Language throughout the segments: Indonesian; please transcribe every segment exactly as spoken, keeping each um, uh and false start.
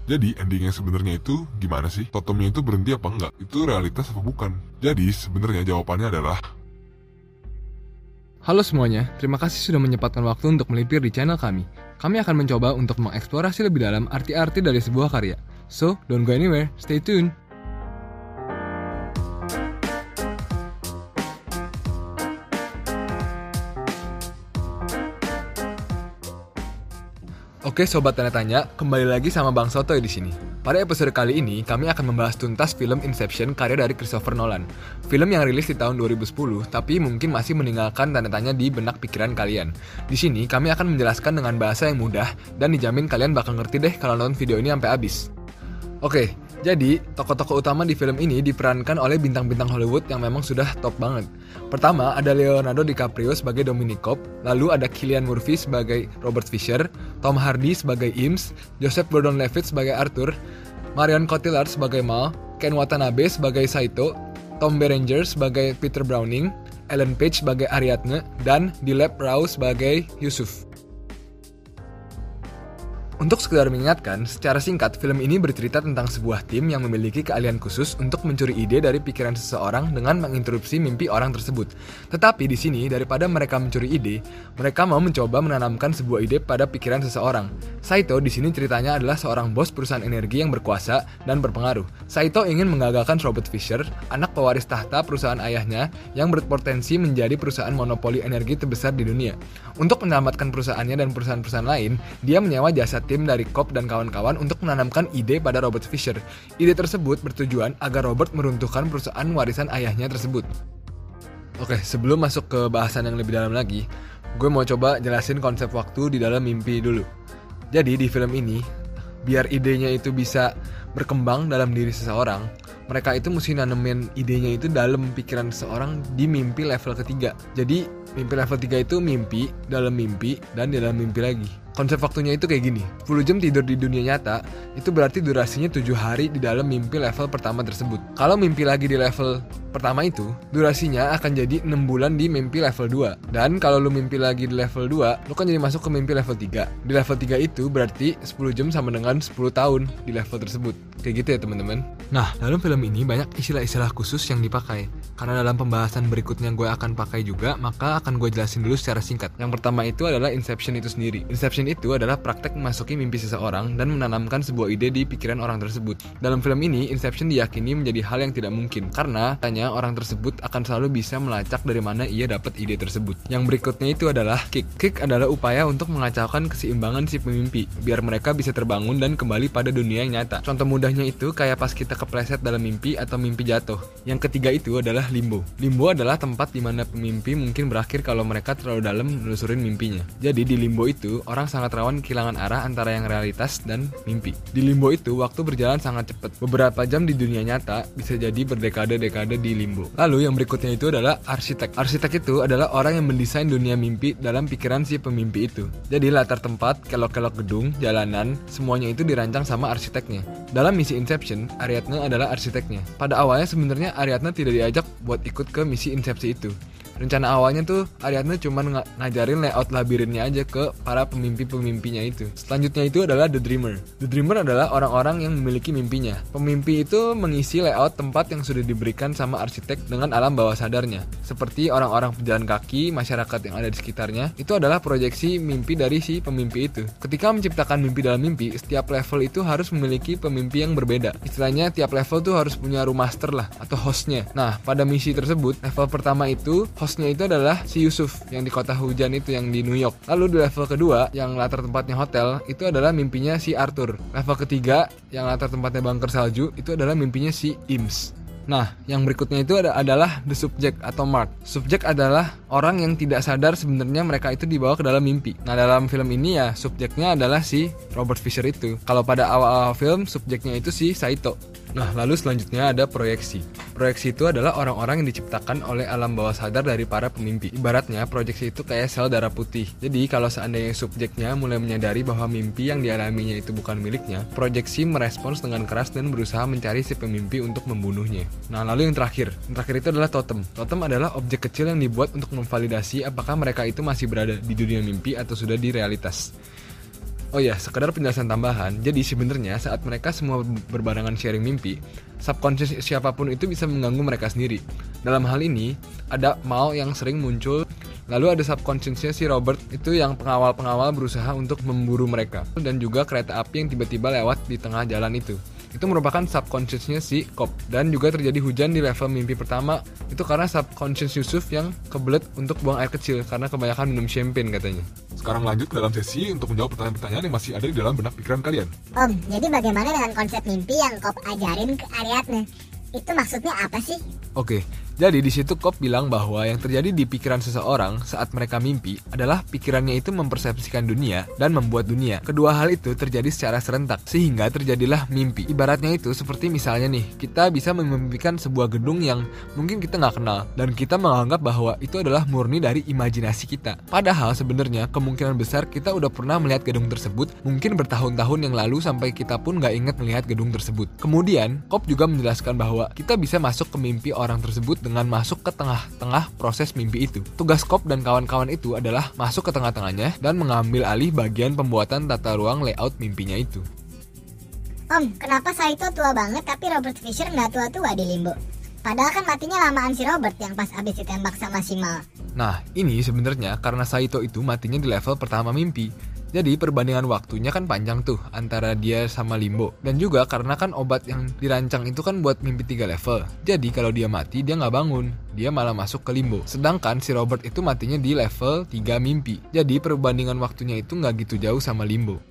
Jadi endingnya sebenarnya itu gimana sih? Totemnya itu berhenti apa enggak? Itu realitas apa bukan? Jadi sebenarnya jawabannya adalah Halo semuanya, terima kasih sudah menyempatkan waktu untuk melipir di channel kami. Kami akan mencoba untuk mengeksplorasi lebih dalam arti-arti dari sebuah karya. So, don't go anywhere, stay tuned. Oke sobat tanya-tanya, kembali lagi sama Bang Sotoy di sini. Pada episode kali ini, kami akan membahas tuntas film Inception karya dari Christopher Nolan. Film yang rilis di tahun dua ribu sepuluh, tapi mungkin masih meninggalkan tanda tanya di benak pikiran kalian. Di sini, kami akan menjelaskan dengan bahasa yang mudah, dan dijamin kalian bakal ngerti deh kalau nonton video ini sampai habis. Oke, jadi tokoh-tokoh utama di film ini diperankan oleh bintang-bintang Hollywood yang memang sudah top banget. Pertama, ada Leonardo DiCaprio sebagai Dominic Cobb, lalu ada Cillian Murphy sebagai Robert Fisher, Tom Hardy sebagai Eames, Joseph Gordon-Levitt sebagai Arthur, Marion Cotillard sebagai Mal, Ken Watanabe sebagai Saito, Tom Berenger sebagai Peter Browning, Ellen Page sebagai Ariadne, dan Dilip Rao sebagai Yusuf. Untuk sekedar mengingatkan, secara singkat, film ini bercerita tentang sebuah tim yang memiliki keahlian khusus untuk mencuri ide dari pikiran seseorang dengan menginterupsi mimpi orang tersebut. Tetapi di sini, daripada mereka mencuri ide, mereka mau mencoba menanamkan sebuah ide pada pikiran seseorang. Saito di sini ceritanya adalah seorang bos perusahaan energi yang berkuasa dan berpengaruh. Saito ingin menggagalkan Robert Fisher, anak pewaris tahta perusahaan ayahnya yang berpotensi menjadi perusahaan monopoli energi terbesar di dunia. Untuk menyelamatkan perusahaannya dan perusahaan-perusahaan lain, dia menyewa jasa tim dari Cobb dan kawan-kawan untuk menanamkan ide pada Robert Fisher. Ide tersebut bertujuan agar Robert meruntuhkan perusahaan warisan ayahnya tersebut. Oke, sebelum masuk ke bahasan yang lebih dalam lagi, gue mau coba jelasin konsep waktu di dalam mimpi dulu. Jadi di film ini, biar idenya itu bisa berkembang dalam diri seseorang, mereka itu mesti nanemin idenya itu dalam pikiran seseorang di mimpi level ketiga. Jadi mimpi level tiga itu mimpi, dalam mimpi, dan di dalam mimpi lagi. Konsep waktunya itu kayak gini, sepuluh jam tidur di dunia nyata, itu berarti durasinya tujuh hari di dalam mimpi level pertama tersebut. Kalau mimpi lagi di level pertama itu, durasinya akan jadi enam bulan di mimpi level dua. Dan kalau lu mimpi lagi di level dua, lu kan jadi masuk ke mimpi level tiga. Di level tiga itu berarti sepuluh jam sama dengan sepuluh tahun di level tersebut. Kayak gitu ya teman-teman. Nah, dalam film ini banyak istilah-istilah khusus yang dipakai. Karena dalam pembahasan berikutnya gue akan pakai juga, maka akan gue jelasin dulu secara singkat. Yang pertama itu adalah Inception itu sendiri. Inception itu adalah praktek memasuki mimpi seseorang dan menanamkan sebuah ide di pikiran orang tersebut. Dalam film ini, Inception diyakini menjadi hal yang tidak mungkin karena tanya orang tersebut akan selalu bisa melacak dari mana ia dapat ide tersebut. Yang berikutnya itu adalah kick. Kick adalah upaya untuk mengacaukan keseimbangan si pemimpi biar mereka bisa terbangun dan kembali pada dunia yang nyata. Contoh mudahnya itu kayak pas kita kepleset dalam mimpi atau mimpi jatuh. Yang ketiga itu adalah limbo. Limbo adalah tempat di mana pemimpi mungkin berakhir kalau mereka terlalu dalam menelusurin mimpinya. Jadi di limbo itu orang sangat rawan kehilangan arah antara yang realitas dan mimpi. Di limbo itu waktu berjalan sangat cepat. Beberapa jam di dunia nyata bisa jadi berdekade-dekade di limbo. Lalu yang berikutnya itu adalah arsitek. Arsitek itu adalah orang yang mendesain dunia mimpi dalam pikiran si pemimpi itu. Jadi latar tempat, kelok-kelok gedung, jalanan, semuanya itu dirancang sama arsiteknya. Dalam misi Inception, Ariadne adalah arsiteknya. Pada awalnya sebenarnya Ariadne tidak diajak buat ikut ke misi Inception itu. Rencana awalnya tuh Ariadne cuma ng- ngajarin layout labirinnya aja ke para pemimpi-pemimpinya itu. Selanjutnya itu adalah The Dreamer. The Dreamer adalah orang-orang yang memiliki mimpinya. Pemimpi itu mengisi layout tempat yang sudah diberikan sama arsitek dengan alam bawah sadarnya. Seperti orang-orang pejalan kaki, masyarakat yang ada di sekitarnya, itu adalah proyeksi mimpi dari si pemimpi itu. Ketika menciptakan mimpi dalam mimpi, setiap level itu harus memiliki pemimpi yang berbeda. Istilahnya tiap level tuh harus punya room master lah, atau hostnya. Nah, pada misi tersebut, level pertama itu hostnya itu adalah si Yusuf yang di kota hujan itu yang di New York. Lalu di level kedua yang latar tempatnya hotel itu adalah mimpinya si Arthur. Level ketiga yang latar tempatnya bunker salju itu adalah mimpinya si Eames. Nah, yang berikutnya itu ada, adalah the subject atau Mark. Subject adalah orang yang tidak sadar sebenarnya mereka itu dibawa ke dalam mimpi. Nah, dalam film ini ya subjeknya adalah si Robert Fisher itu. Kalau pada awal-awal film subjeknya itu si Saito. Nah, lalu selanjutnya ada proyeksi. Proyeksi itu adalah orang-orang yang diciptakan oleh alam bawah sadar dari para pemimpi. Ibaratnya, proyeksi itu kayak sel darah putih. Jadi, kalau seandainya subjeknya mulai menyadari bahwa mimpi yang dialaminya itu bukan miliknya, proyeksi merespons dengan keras dan berusaha mencari si pemimpi untuk membunuhnya. Nah, lalu yang terakhir. Yang terakhir itu adalah totem. Totem adalah objek kecil yang dibuat untuk memvalidasi apakah mereka itu masih berada di dunia mimpi atau sudah di realitas. Oh ya, sekedar penjelasan tambahan. Jadi sebenarnya saat mereka semua berbarengan sharing mimpi, subconscious siapapun itu bisa mengganggu mereka sendiri. Dalam hal ini, ada Mal yang sering muncul, lalu ada subconsciousnya si Robert itu yang pengawal-pengawal berusaha untuk memburu mereka, dan juga kereta api yang tiba-tiba lewat di tengah jalan itu. Itu merupakan subconsciousnya si Cobb. Dan juga terjadi hujan di level mimpi pertama itu karena subconscious Yusuf yang kebelet untuk buang air kecil karena kebanyakan minum champagne katanya. Sekarang lanjut ke dalam sesi untuk menjawab pertanyaan-pertanyaan yang masih ada di dalam benak pikiran kalian. Om, jadi bagaimana dengan konsep mimpi yang Cobb ajarin ke Ariadne? Itu maksudnya apa sih? Oke, jadi di situ Cobb bilang bahwa yang terjadi di pikiran seseorang saat mereka mimpi adalah pikirannya itu mempersepsikan dunia dan membuat dunia. Kedua hal itu terjadi secara serentak sehingga terjadilah mimpi. Ibaratnya itu seperti misalnya nih, kita bisa memimpikan sebuah gedung yang mungkin kita nggak kenal dan kita menganggap bahwa itu adalah murni dari imajinasi kita. Padahal sebenarnya kemungkinan besar kita udah pernah melihat gedung tersebut mungkin bertahun-tahun yang lalu sampai kita pun nggak ingat melihat gedung tersebut. Kemudian Cobb juga menjelaskan bahwa kita bisa masuk ke mimpi orang tersebut dengan masuk ke tengah-tengah proses mimpi itu. Tugas Cobb dan kawan-kawan itu adalah masuk ke tengah-tengahnya dan mengambil alih bagian pembuatan tata ruang layout mimpinya itu. Om, kenapa Saito tua banget tapi Robert Fisher nggak tua-tua di Limbo? Padahal kan matinya lamaan si Robert yang pas abis ditembak sama si Mal. Nah, ini sebenarnya karena Saito itu matinya di level pertama mimpi. Jadi perbandingan waktunya kan panjang tuh antara dia sama Limbo. Dan juga karena kan obat yang dirancang itu kan buat mimpi tiga level. Jadi kalau dia mati dia nggak bangun, dia malah masuk ke Limbo. Sedangkan si Robert itu matinya di level tiga mimpi. Jadi perbandingan waktunya itu nggak gitu jauh sama Limbo.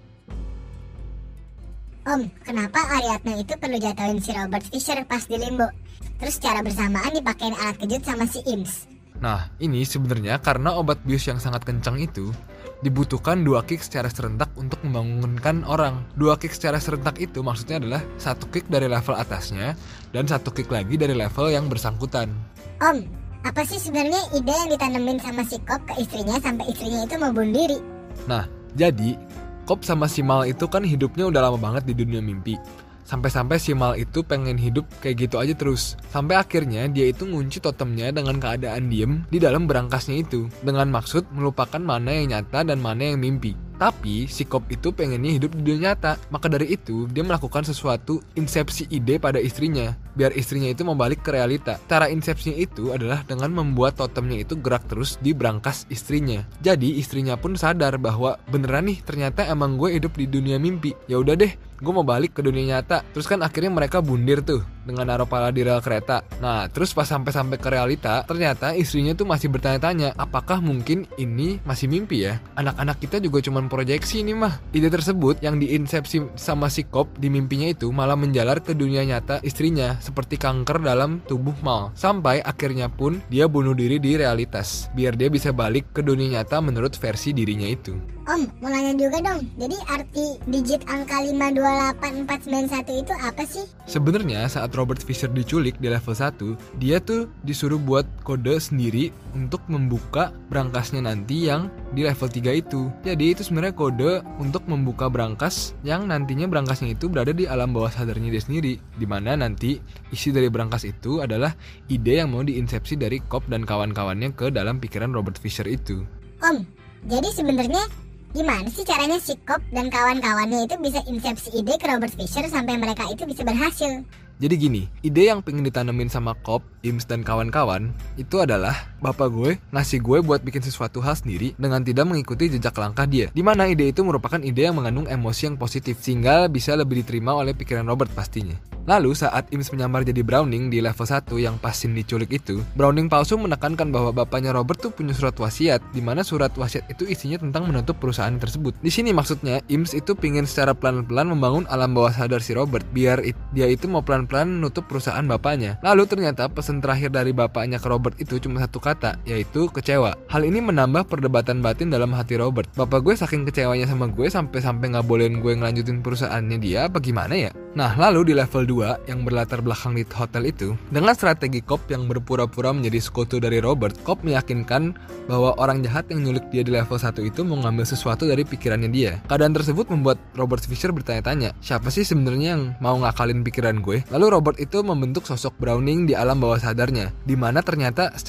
Om, kenapa Ariadne itu perlu jatuhin si Robert Fisher pas di Limbo? Terus secara bersamaan dipakein alat kejut sama si Ims. Nah, ini sebenarnya karena obat bius yang sangat kencang itu dibutuhkan dua kick secara serentak untuk membangunkan orang. Dua kick secara serentak itu maksudnya adalah satu kick dari level atasnya dan satu kick lagi dari level yang bersangkutan. Om, apa sih sebenarnya ide yang ditanemin sama si Cobb ke istrinya sampai istrinya itu mau bunuh diri? Nah, jadi Cobb sama si Mal itu kan hidupnya udah lama banget di dunia mimpi. Sampai-sampai si Mal itu pengen hidup kayak gitu aja terus. Sampai akhirnya dia itu ngunci totemnya dengan keadaan diem di dalam berangkasnya itu. Dengan maksud melupakan mana yang nyata dan mana yang mimpi. Tapi si Cobb itu pengennya hidup di dunia nyata. Maka dari itu dia melakukan sesuatu insepsi ide pada istrinya. Biar istrinya itu mau balik ke realita. Cara insepsinya itu adalah dengan membuat totemnya itu gerak terus di berangkas istrinya. Jadi istrinya pun sadar bahwa beneran nih ternyata emang gue hidup di dunia mimpi. Ya udah deh, gue mau balik ke dunia nyata. Terus kan akhirnya mereka bundir tuh dengan naruh pala di rel kereta. Nah terus pas sampai-sampai ke realita, ternyata istrinya tuh masih bertanya-tanya, apakah mungkin ini masih mimpi ya? Anak-anak kita juga cuman proyeksi nih mah. Ide tersebut yang diinsepsi sama si Cobb di mimpinya itu malah menjalar ke dunia nyata istrinya seperti kanker dalam tubuh Mal. Sampai akhirnya pun dia bunuh diri di realitas biar dia bisa balik ke dunia nyata menurut versi dirinya itu. Om, mau nanya juga dong. Jadi arti digit angka lima dua delapan empat sembilan satu itu apa sih? Sebenarnya saat Robert Fisher diculik di level satu, dia tuh disuruh buat kode sendiri untuk membuka berangkasnya nanti yang di level tiga itu. Jadi itu sebenarnya kode untuk membuka berangkas yang nantinya berangkasnya itu berada di alam bawah sadarnya dia sendiri. Dimana nanti isi dari berangkas itu adalah ide yang mau diinsepsi dari Cobb dan kawan-kawannya ke dalam pikiran Robert Fisher itu. Om, jadi sebenarnya gimana sih caranya si Cobb dan kawan-kawannya itu bisa insepsi ide ke Robert Fisher sampai mereka itu bisa berhasil? Jadi gini, ide yang pengen ditanemin sama Cobb, Ims dan kawan-kawan itu adalah bapak gue ngasih gue buat bikin sesuatu hal sendiri dengan tidak mengikuti jejak langkah dia. Dimana ide itu merupakan ide yang mengandung emosi yang positif sehingga bisa lebih diterima oleh pikiran Robert pastinya. Lalu saat Ims menyamar jadi Browning di level satu yang pas Sin diculik itu, Browning palsu menekankan bahwa bapaknya Robert tuh punya surat wasiat, di mana surat wasiat itu isinya tentang menutup perusahaan tersebut. Di sini maksudnya Ims itu pingin secara pelan-pelan membangun alam bawah sadar si Robert biar it, dia itu mau pelan-pelan menutup perusahaan bapaknya. Lalu ternyata pesan terakhir dari bapaknya ke Robert itu cuma satu kata, yaitu kecewa. Hal ini menambah perdebatan batin dalam hati Robert. Bapak gue saking kecewanya sama gue sampai-sampai nggak bolehin gue ngelanjutin perusahaannya dia, apa gimana ya? Nah, lalu di level dua yang berlatar belakang di hotel itu, dengan strategi Cobb yang berpura-pura menjadi sekutu dari Robert, Cobb meyakinkan bahwa orang jahat yang nyulik dia di level satu itu mau ngambil sesuatu dari pikirannya dia. Keadaan tersebut membuat Robert Fisher bertanya-tanya, siapa sih sebenarnya yang mau ngakalin pikiran gue? Lalu Robert itu membentuk sosok Browning di alam bawah sadarnya, di mana ternyata secara bawah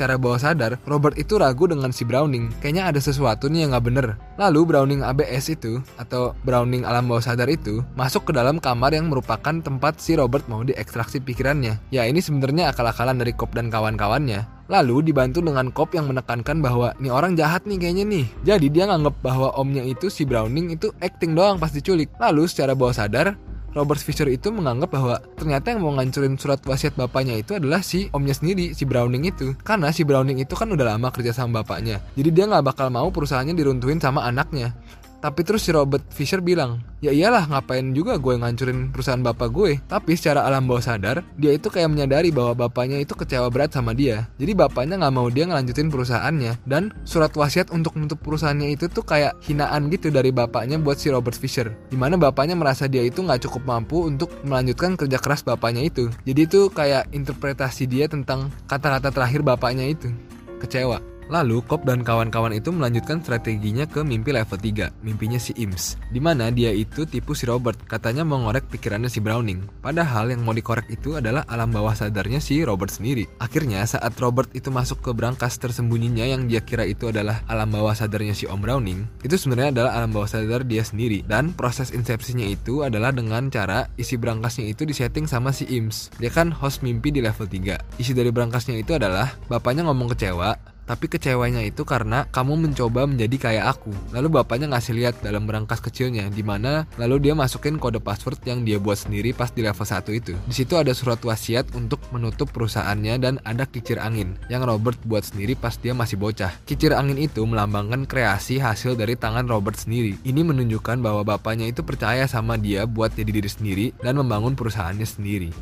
sadar, Robert itu ragu dengan si Browning. Kayaknya ada sesuatu nih yang gak bener. Lalu Browning A B S itu, atau Browning alam bawah sadar itu, masuk ke dalam kamar yang merupakan tempat si Robert mau diekstraksi pikirannya. Ya ini sebenarnya akal-akalan dari Cobb dan kawan-kawannya. Lalu dibantu dengan Cobb yang menekankan bahwa nih orang jahat nih kayaknya nih. Jadi dia nganggep bahwa omnya itu si Browning itu acting doang pas diculik. Lalu secara bawah sadar, Robert Fisher itu menganggap bahwa ternyata yang mau ngancurin surat wasiat bapaknya itu adalah si omnya sendiri, si Browning itu. Karena si Browning itu kan udah lama kerja sama bapaknya. Jadi dia gak bakal mau perusahaannya diruntuhin sama anaknya. Tapi terus si Robert Fisher bilang, ya iyalah ngapain juga gue ngancurin perusahaan bapak gue. Tapi secara alam bawah sadar, dia itu kayak menyadari bahwa bapaknya itu kecewa berat sama dia. Jadi bapaknya gak mau dia ngelanjutin perusahaannya. Dan surat wasiat untuk menutup perusahaannya itu tuh kayak hinaan gitu dari bapaknya buat si Robert Fisher. Dimana bapaknya merasa dia itu gak cukup mampu untuk melanjutkan kerja keras bapaknya itu. Jadi itu kayak interpretasi dia tentang kata-kata terakhir bapaknya itu, kecewa. Lalu Cobb dan kawan-kawan itu melanjutkan strateginya ke mimpi level tiga, mimpinya si Eames, dimana dia itu tipu si Robert, katanya mau ngorek pikirannya si Browning. Padahal yang mau dikorek itu adalah alam bawah sadarnya si Robert sendiri. Akhirnya saat Robert itu masuk ke brankas tersembunyinya yang dia kira itu adalah alam bawah sadarnya si Om Browning, itu sebenarnya adalah alam bawah sadar dia sendiri. Dan proses insepsinya itu adalah dengan cara isi brankasnya itu disetting sama si Eames. Dia kan host mimpi di level tiga. Isi dari brankasnya itu adalah bapaknya ngomong kecewa, tapi kecewanya itu karena kamu mencoba menjadi kayak aku. Lalu bapaknya ngasih lihat dalam brankas kecilnya, dimana lalu dia masukin kode password yang dia buat sendiri pas di level satu itu. Di situ ada surat wasiat untuk menutup perusahaannya dan ada kicir angin yang Robert buat sendiri pas dia masih bocah. Kicir angin itu melambangkan kreasi hasil dari tangan Robert sendiri. Ini menunjukkan bahwa bapaknya itu percaya sama dia buat jadi diri sendiri dan membangun perusahaannya sendiri.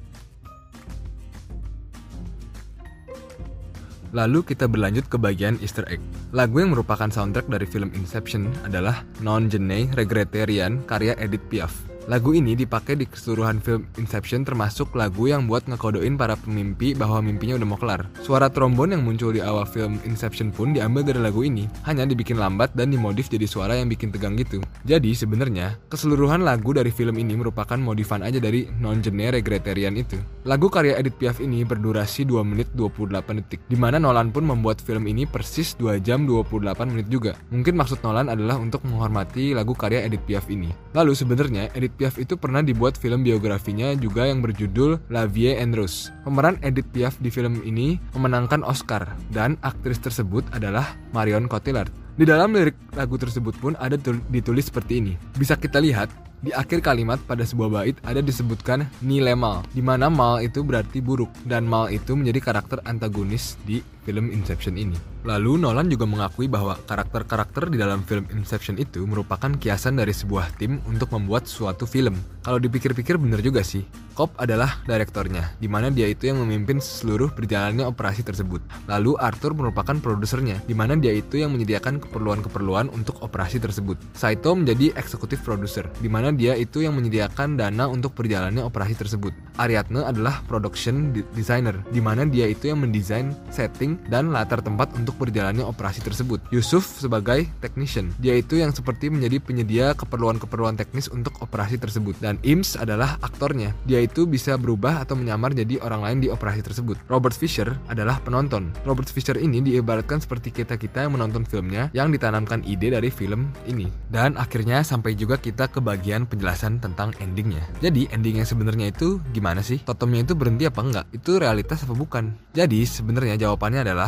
Lalu kita berlanjut ke bagian Easter egg. Lagu yang merupakan soundtrack dari film Inception adalah Non Je ne regrette rien karya Edith Piaf. Lagu ini dipakai di keseluruhan film Inception, termasuk lagu yang buat ngekodoin para pemimpi bahwa mimpinya udah mau kelar. Suara trombon yang muncul di awal film Inception pun diambil dari lagu ini, hanya dibikin lambat dan dimodif jadi suara yang bikin tegang gitu. Jadi sebenarnya keseluruhan lagu dari film ini merupakan modifan aja dari Non Je ne regrette rien itu. Lagu karya Edith Piaf ini berdurasi dua menit dua puluh delapan detik, dimana Nolan pun membuat film ini persis dua jam dua puluh delapan menit juga. Mungkin maksud Nolan adalah untuk menghormati lagu karya Edith Piaf ini. Lalu sebenarnya Edith Piaf itu pernah dibuat film biografinya juga yang berjudul La Vie en Rose. Pemeran Edith Piaf di film ini memenangkan Oscar, dan aktris tersebut adalah Marion Cotillard. Di dalam lirik lagu tersebut pun ada ditulis seperti ini. Bisa kita lihat di akhir kalimat pada sebuah bait ada disebutkan nilai mal, di mana mal itu berarti buruk, dan mal itu menjadi karakter antagonis di film Inception ini. Lalu Nolan juga mengakui bahwa karakter-karakter di dalam film Inception itu merupakan kiasan dari sebuah tim untuk membuat suatu film. Kalau dipikir-pikir bener juga sih. Cobb adalah direktornya, di mana dia itu yang memimpin seluruh berjalannya operasi tersebut. Lalu Arthur merupakan produsernya, di mana dia itu yang menyediakan keperluan-keperluan untuk operasi tersebut. Saito menjadi eksekutif produser, di mana dia itu yang menyediakan dana untuk berjalannya operasi tersebut. Ariadne adalah production designer, di mana dia itu yang mendesain setting dan latar tempat untuk berjalannya operasi tersebut. Yusuf sebagai technician, dia itu yang seperti menjadi penyedia keperluan-keperluan teknis untuk operasi tersebut. Dan Eames adalah aktornya, dia itu bisa berubah atau menyamar jadi orang lain di operasi tersebut. Robert Fisher adalah penonton. Robert Fisher ini diibaratkan seperti kita-kita yang menonton filmnya yang ditanamkan ide dari film ini. Dan akhirnya sampai juga kita ke bagian penjelasan tentang endingnya. Jadi endingnya sebenarnya itu gimana sih? Totemnya itu berhenti apa enggak? Itu realitas apa bukan? Jadi sebenarnya jawabannya adalah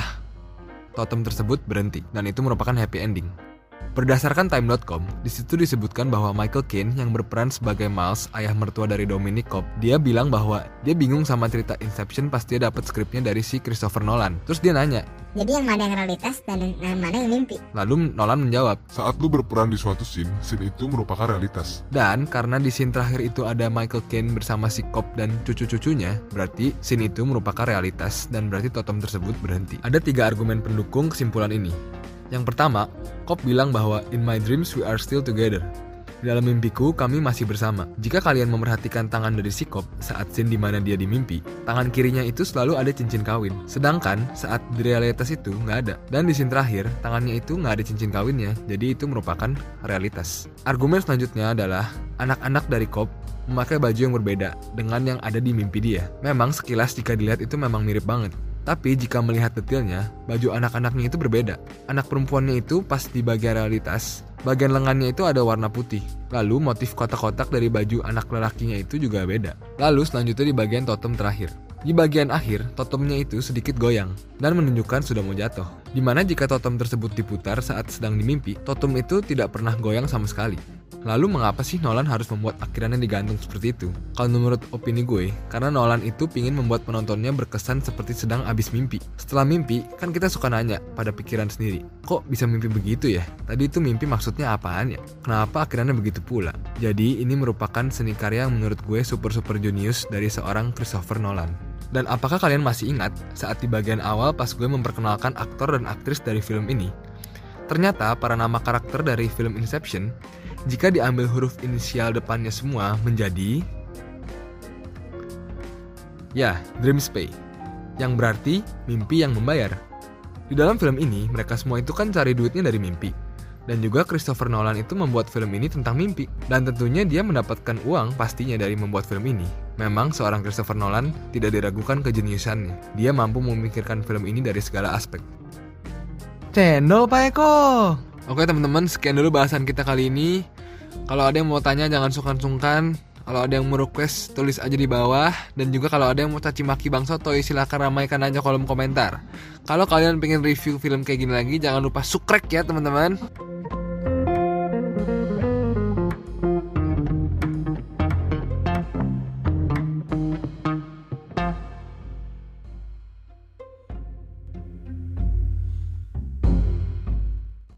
totem tersebut berhenti, dan itu merupakan happy ending. Berdasarkan Time dot com, di situ disebutkan bahwa Michael Caine yang berperan sebagai Miles, ayah mertua dari Dominic Cobb, dia bilang bahwa dia bingung sama cerita Inception pas dia dapat skripnya dari si Christopher Nolan. Terus dia nanya, jadi yang mana yang realitas dan yang mana yang mimpi? Lalu Nolan menjawab, saat lu berperan di suatu scene, scene itu merupakan realitas. Dan karena di scene terakhir itu ada Michael Caine bersama si Cobb dan cucu-cucunya, berarti scene itu merupakan realitas dan berarti totem tersebut berhenti. Ada tiga argumen pendukung kesimpulan ini. Yang pertama, Cobb bilang bahwa in my dreams we are still together. Di dalam mimpiku kami masih bersama. Jika kalian memperhatikan tangan dari si Cobb saat scene di mana dia dimimpi, tangan kirinya itu selalu ada cincin kawin. Sedangkan saat di realitas itu nggak ada. Dan di scene terakhir, tangannya itu nggak ada cincin kawinnya. Jadi itu merupakan realitas. Argumen selanjutnya adalah anak-anak dari Cobb memakai baju yang berbeda dengan yang ada di mimpi dia. Memang sekilas jika dilihat itu memang mirip banget. Tapi jika melihat detailnya, baju anak-anaknya itu berbeda. Anak perempuannya itu pas di bagian realitas, bagian lengannya itu ada warna putih. Lalu motif kotak-kotak dari baju anak lelakinya itu juga beda. Lalu selanjutnya di bagian totem terakhir. Di bagian akhir, totemnya itu sedikit goyang dan menunjukkan sudah mau jatuh. Dimana jika totem tersebut diputar saat sedang dimimpi, totem itu tidak pernah goyang sama sekali. Lalu mengapa sih Nolan harus membuat akhirannya digantung seperti itu? Kalau menurut opini gue, karena Nolan itu pingin membuat penontonnya berkesan seperti sedang abis mimpi. Setelah mimpi, kan kita suka nanya pada pikiran sendiri, kok bisa mimpi begitu ya? Tadi itu mimpi maksudnya apaan ya? Kenapa akhirannya begitu pula? Jadi ini merupakan seni karya yang menurut gue super-super jenius dari seorang Christopher Nolan. Dan apakah kalian masih ingat saat di bagian awal pas gue memperkenalkan aktor dan aktris dari film ini? Ternyata para nama karakter dari film Inception, jika diambil huruf inisial depannya semua menjadi ya, Dreams Pay, yang berarti mimpi yang membayar. Di dalam film ini, mereka semua itu kan cari duitnya dari mimpi. Dan juga Christopher Nolan itu membuat film ini tentang mimpi. Dan tentunya dia mendapatkan uang pastinya dari membuat film ini. Memang seorang Christopher Nolan tidak diragukan kejeniusannya. Dia mampu memikirkan film ini dari segala aspek. Cendol Pak Eko! Oke teman-teman, sekian dulu bahasan kita kali ini. Kalau ada yang mau tanya jangan sungkan-sungkan. Kalau ada yang mau request tulis aja di bawah. Dan juga kalau ada yang mau caci maki Bang Sotoy silakan ramaikan aja kolom komentar. Kalau kalian pengen review film kayak gini lagi jangan lupa subscribe ya teman-teman.